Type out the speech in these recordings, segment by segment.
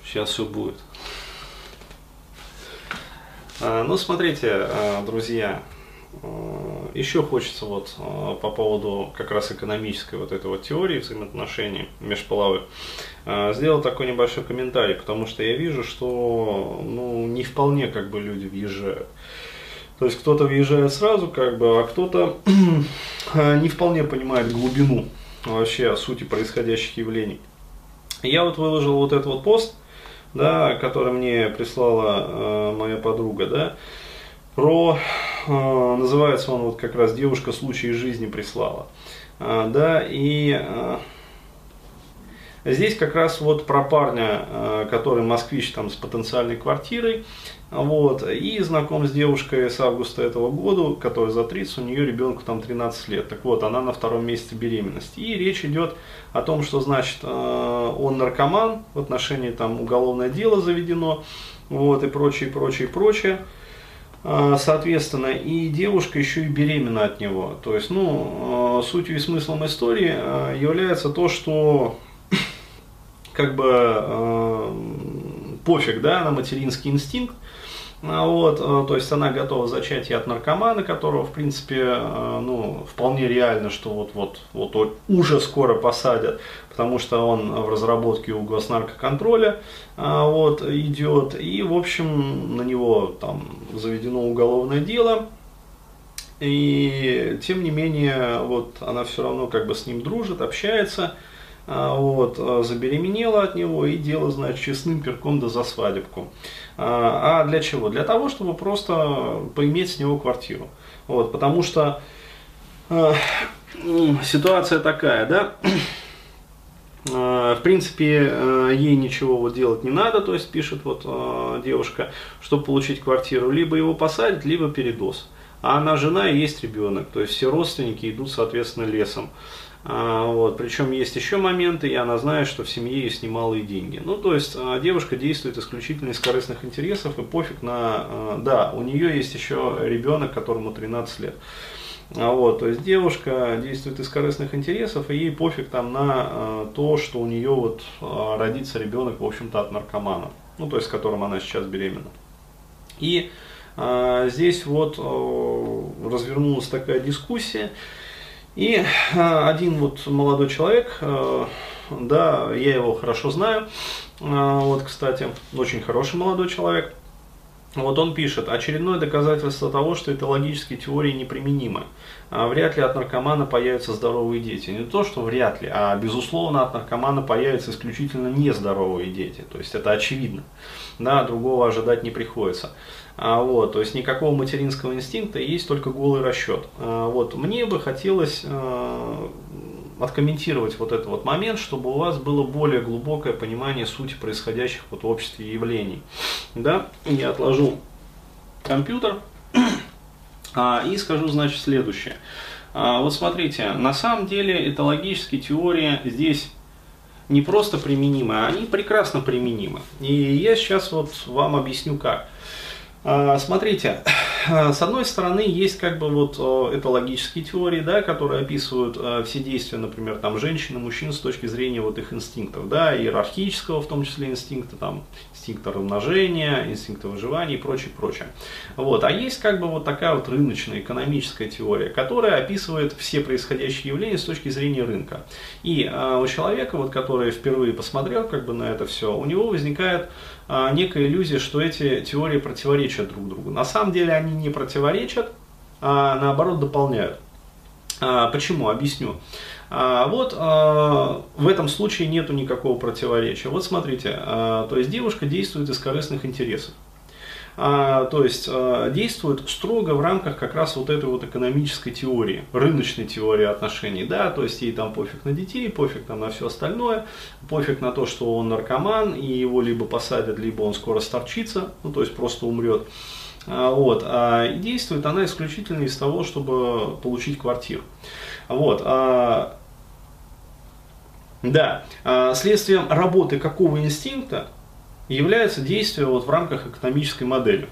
Сейчас все будет. Ну, смотрите, друзья, еще хочется вот по поводу как раз экономической вот этой вот теории взаимоотношений межполовых сделать такой небольшой комментарий, потому что я вижу, что ну, не вполне как бы люди въезжают. То есть кто-то въезжает сразу, как бы, а кто-то не вполне понимает глубину вообще сути происходящих явлений. Я вот выложил вот этот вот пост, да, который мне прислала моя подруга, да, называется он вот как раз «Девушка случай из жизни прислала», да, и здесь как раз вот про парня, который москвич там с потенциальной квартирой, вот, и знаком с девушкой с августа этого года, которая за 30, у нее ребенку там 13 лет. Так вот, она на 2-м месяце беременности. И речь идет о том, что, значит, он наркоман, в отношении там уголовное дело заведено, вот, и прочее, прочее, прочее. Соответственно, и девушка еще и беременна от него. То есть, ну, сутью и смыслом истории является то, что как бы пофиг, да, на материнский инстинкт. Вот, то есть она готова зачать и от наркомана, которого, в принципе, ну, вполне реально, что вот уже скоро посадят, потому что он в разработке у госнаркоконтроля вот, идет, и, в общем, на него там заведено уголовное дело, и, тем не менее, вот, она все равно как бы с ним дружит, общается, вот, забеременела от него, и дело, значит, честным перком да за свадебку. А для чего? Для того, чтобы просто поиметь с него квартиру. Вот, потому что ситуация такая, да, в принципе, ей ничего вот делать не надо, то есть пишет вот девушка, чтобы получить квартиру, либо его посадят, либо передоз. А она жена и есть ребенок, то есть все родственники идут, соответственно, лесом. Вот, причем есть еще моменты, и она знает, что в семье есть немалые деньги. Ну, то есть девушка действует исключительно из корыстных интересов, и пофиг на... Да, у нее есть еще ребенок, которому 13 лет. Вот, то есть девушка действует из корыстных интересов, и ей пофиг там на то, что у нее вот родится ребенок, в общем-то, от наркомана, ну, то есть с которым она сейчас беременна. И здесь вот развернулась такая дискуссия. И один вот молодой человек, да, я его хорошо знаю, вот, кстати, очень хороший молодой человек, вот он пишет: очередное доказательство того, что этологические теории неприменимы. Вряд ли от наркомана появятся здоровые дети. Не то, что вряд ли, а безусловно от наркомана появятся исключительно нездоровые дети. То есть это очевидно. Да, другого ожидать не приходится. Вот, то есть никакого материнского инстинкта, есть только голый расчет. Вот, мне бы хотелось откомментировать вот этот вот момент, чтобы у вас было более глубокое понимание сути происходящих вот в обществе явлений. Да? Я отложу компьютер и скажу, значит, следующее. Вот смотрите, на самом деле этологические теории здесь не просто применимы, а они прекрасно применимы. И я сейчас вот вам объясню как. Смотрите, с одной стороны есть как бы вот этологические теории, да, которые описывают все действия, например, там женщин и мужчин с точки зрения вот их инстинктов, да, иерархического в том числе инстинкта, там, инстинкта размножения, инстинкта выживания и прочее, прочее. Вот, а есть как бы вот такая вот рыночная экономическая теория, которая описывает все происходящие явления с точки зрения рынка. И у человека, вот, который впервые посмотрел как бы на это все, у него возникает некая иллюзия, что эти теории противоречат друг другу. На самом деле они не противоречат, а наоборот дополняют. Почему? Объясню. Вот в этом случае нету никакого противоречия. Вот смотрите, то есть девушка действует из корыстных интересов. То есть действует строго в рамках как раз вот этой вот экономической теории, рыночной теории отношений, да, то есть ей там пофиг на детей, пофиг там на все остальное, пофиг на то, что он наркоман, и его либо посадят, либо он скоро сторчится, ну, то есть просто умрет. Вот, и действует она исключительно из того, чтобы получить квартиру. Вот, да, следствием работы какого инстинкта является действие вот в рамках экономической модели.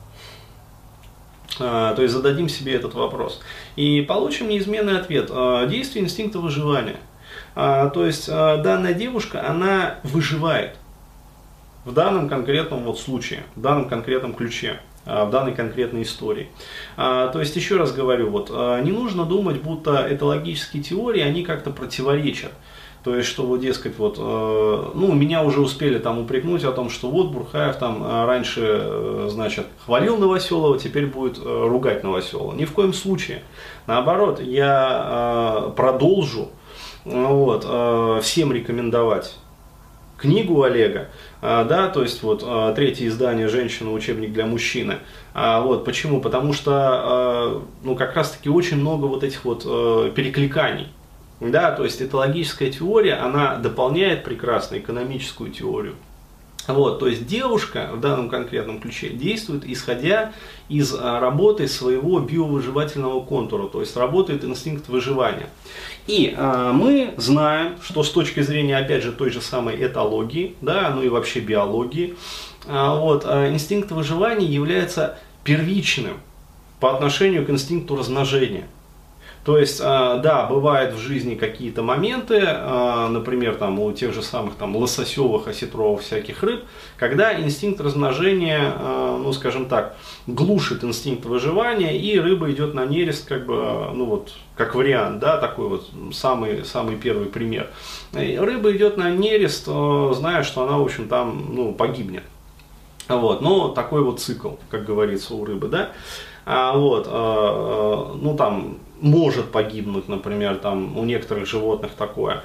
То есть зададим себе этот вопрос. И получим неизменный ответ. Действие инстинкта выживания. То есть данная девушка, она выживает. в данном конкретном вот случае, в данном конкретном ключе, в данной конкретной истории. То есть, еще раз говорю, вот, не нужно думать, будто этологические теории, они как-то противоречат. То есть, что вот, дескать, вот, ну, меня уже успели там упрекнуть о том, что вот Бурхаев там раньше, значит, хвалил Новоселова, теперь будет ругать Новоселова. Ни в коем случае. Наоборот, я продолжу вот, всем рекомендовать книгу Олега, да, то есть вот третье издание «Женщина. Учебник для мужчины». Вот, почему? Потому что, ну, как раз таки очень много вот этих вот перекликаний. Да, то есть этологическая теория, она дополняет прекрасно экономическую теорию. Вот, то есть девушка в данном конкретном ключе действует исходя из работы своего биовыживательного контура, то есть работает инстинкт выживания. И мы знаем, что с точки зрения, опять же, той же самой этологии, да, ну и вообще биологии, вот, инстинкт выживания является первичным по отношению к инстинкту размножения. То есть, да, бывают в жизни какие-то моменты, например, там, у тех же самых там, лососевых, осетровых всяких рыб, когда инстинкт размножения, ну, скажем так, глушит инстинкт выживания, и рыба идет на нерест, как бы, ну, вот, как вариант, да, такой вот самый первый пример. И рыба идет на нерест, зная, что она, в общем, там, ну, погибнет. Вот, но такой вот цикл, как говорится, у рыбы, да. Вот, ну, там, может погибнуть, например, там у некоторых животных такое.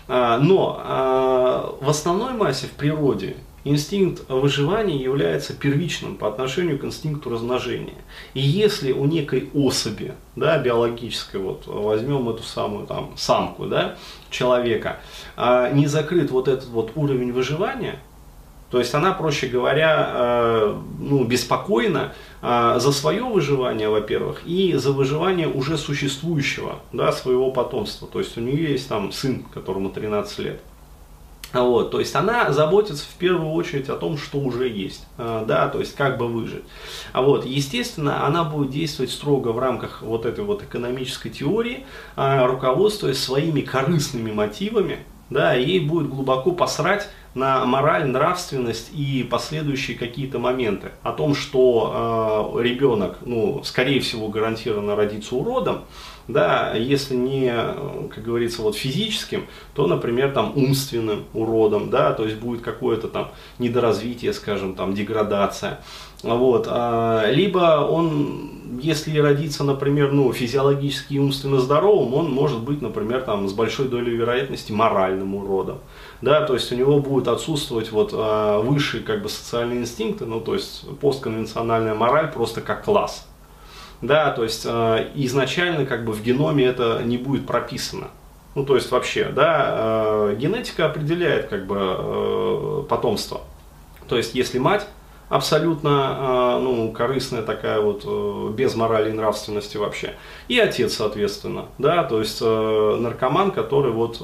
Но в основной массе в природе инстинкт выживания является первичным по отношению к инстинкту размножения. И если у некой особи, да, биологической, вот возьмем эту самую там самку, да, человека, не закрыт вот этот вот уровень выживания, то есть она, проще говоря, ну, беспокойна за свое выживание, во-первых, и за выживание уже существующего, да, своего потомства. То есть у нее есть там сын, которому 13 лет. Вот, то есть она заботится в первую очередь о том, что уже есть, да, то есть как бы выжить. Вот, естественно, она будет действовать строго в рамках вот этой вот экономической теории, руководствуясь своими корыстными мотивами, да, ей будет глубоко посрать на мораль, нравственность и последующие какие-то моменты о том, что ребенок, ну, скорее всего, гарантированно родится уродом, да, если не, как говорится, вот физическим, то, например, там умственным уродом, да, то есть будет какое-то там недоразвитие, скажем, там деградация, вот, либо он, если родится, например, ну, физиологически и умственно здоровым, он может быть, например, там с большой долей вероятности моральным уродом, да, то есть у него будет отсутствовать вот высшие как бы социальные инстинкты, ну, то есть постконвенциональная мораль просто как класс. Да, то есть изначально как бы в геноме это не будет прописано. Ну, то есть вообще, да, генетика определяет как бы потомство. То есть если мать абсолютно, ну, корыстная такая вот, без морали и нравственности вообще, и отец, соответственно, да, то есть наркоман, который вот,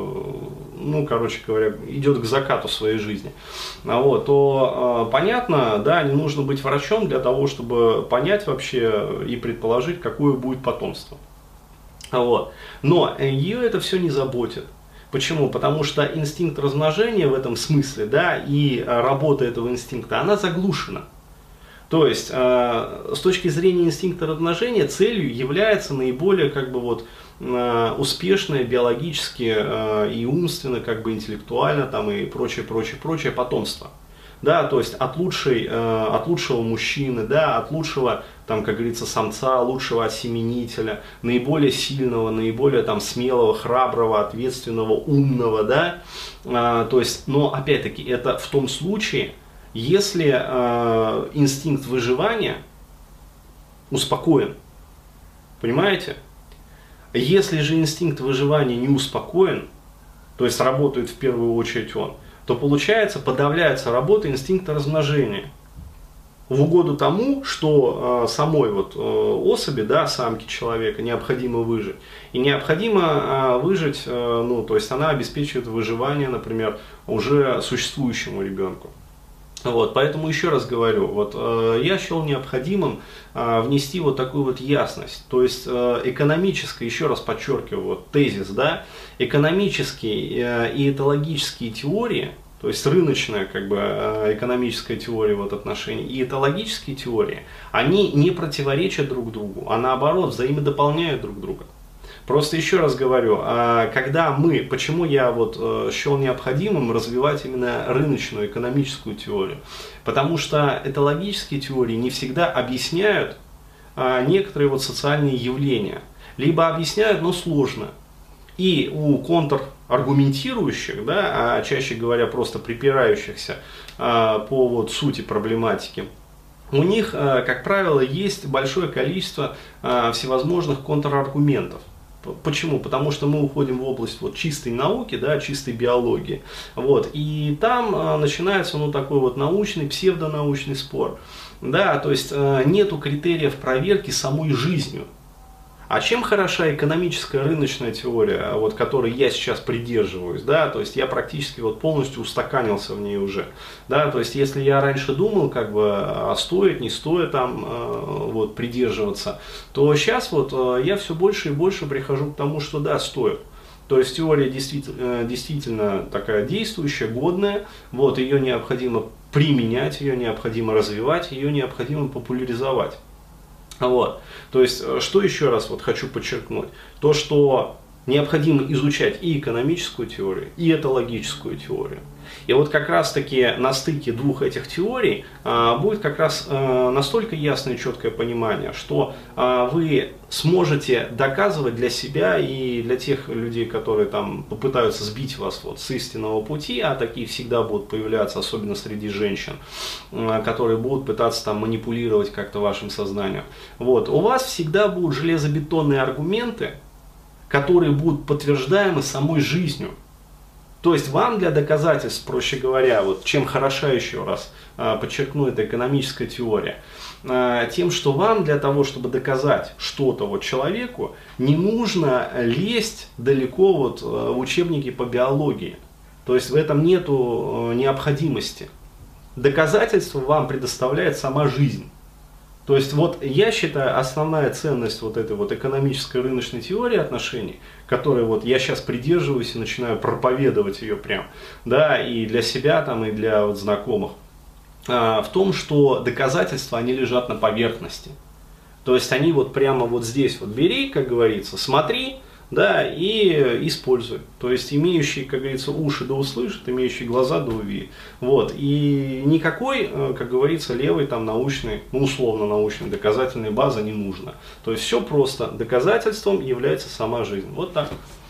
ну, короче говоря, идет к закату своей жизни, вот, то понятно, да, не нужно быть врачом для того, чтобы понять вообще и предположить, какое будет потомство, вот, но ее это все не заботит. Почему? Потому что инстинкт размножения в этом смысле, да, и работа этого инстинкта, она заглушена. То есть, с точки зрения инстинкта размножения, целью является наиболее, как бы, вот, успешное биологически и умственно, как бы, интеллектуально, там, и прочее потомство. Да, то есть от лучшего мужчины, да, от лучшего, там, как говорится, самца, лучшего осеменителя, наиболее сильного, наиболее там смелого, храброго, ответственного, умного, да, то есть, но опять-таки это в том случае, если инстинкт выживания успокоен, понимаете? Если же инстинкт выживания не успокоен, то есть работает в первую очередь он, то получается подавляется работа инстинкта размножения. В угоду тому, что самой вот особи, да, самки человека необходимо выжить. И необходимо выжить, ну, то есть она обеспечивает выживание, например, уже существующему ребенку. Вот, поэтому еще раз говорю, вот, я счел необходимым внести вот такую вот ясность, то есть экономическая, еще раз подчеркиваю, вот, тезис, да, экономические и этологические теории, то есть рыночная как бы экономическая теория вот отношений и этологические теории, они не противоречат друг другу, а наоборот взаимодополняют друг друга. Просто еще раз говорю, почему я вот счел необходимым развивать именно рыночную экономическую теорию, потому что этологические теории не всегда объясняют некоторые вот социальные явления, либо объясняют, но сложно. И у контраргументирующих, да, а чаще говоря просто припирающихся по вот сути проблематики, у них, как правило, есть большое количество всевозможных контраргументов. Почему? Потому что мы уходим в область вот чистой науки, да, чистой биологии. Вот, и там начинается такой вот научный, псевдонаучный спор. Да, то есть нету критериев проверки самой жизнью. А чем хороша экономическая рыночная теория, вот, которой я сейчас придерживаюсь, да, то есть я практически вот полностью устаканился в ней уже, да, то есть если я раньше думал, как бы, стоит, не стоит там вот придерживаться, то сейчас вот я все больше и больше прихожу к тому, что да, стоит. То есть теория действительно такая действующая, годная, вот, ее необходимо применять, ее необходимо развивать, ее необходимо популяризовать. Вот. То есть, что еще раз вот хочу подчеркнуть, то, что необходимо изучать и экономическую теорию, и этологическую теорию. И вот как раз таки на стыке двух этих теорий будет как раз настолько ясное и четкое понимание, что вы сможете доказывать для себя и для тех людей, которые там попытаются сбить вас вот с истинного пути, а такие всегда будут появляться, особенно среди женщин, которые будут пытаться там манипулировать как-то вашим сознанием. Вот. У вас всегда будут железобетонные аргументы, которые будут подтверждаемы самой жизнью. То есть вам для доказательств, проще говоря, вот чем хороша еще раз, подчеркну, это экономическая теория, тем, что вам для того, чтобы доказать что-то вот человеку, не нужно лезть далеко вот в учебники по биологии. То есть в этом нету необходимости. Доказательства вам предоставляет сама жизнь. То есть вот я считаю, основная ценность вот этой вот экономической рыночной теории отношений, которой вот я сейчас придерживаюсь и начинаю проповедовать ее прям, да, и для себя там, и для вот знакомых, в том, что доказательства, они лежат на поверхности. То есть они вот прямо вот здесь вот бери, как говорится, смотри, да, и используй. То есть имеющий, как говорится, уши да услышит, имеющий глаза да увидит. Вот. И никакой, как говорится, левой там научной, условно научной доказательной базы не нужно. То есть все просто. Доказательством является сама жизнь. Вот так.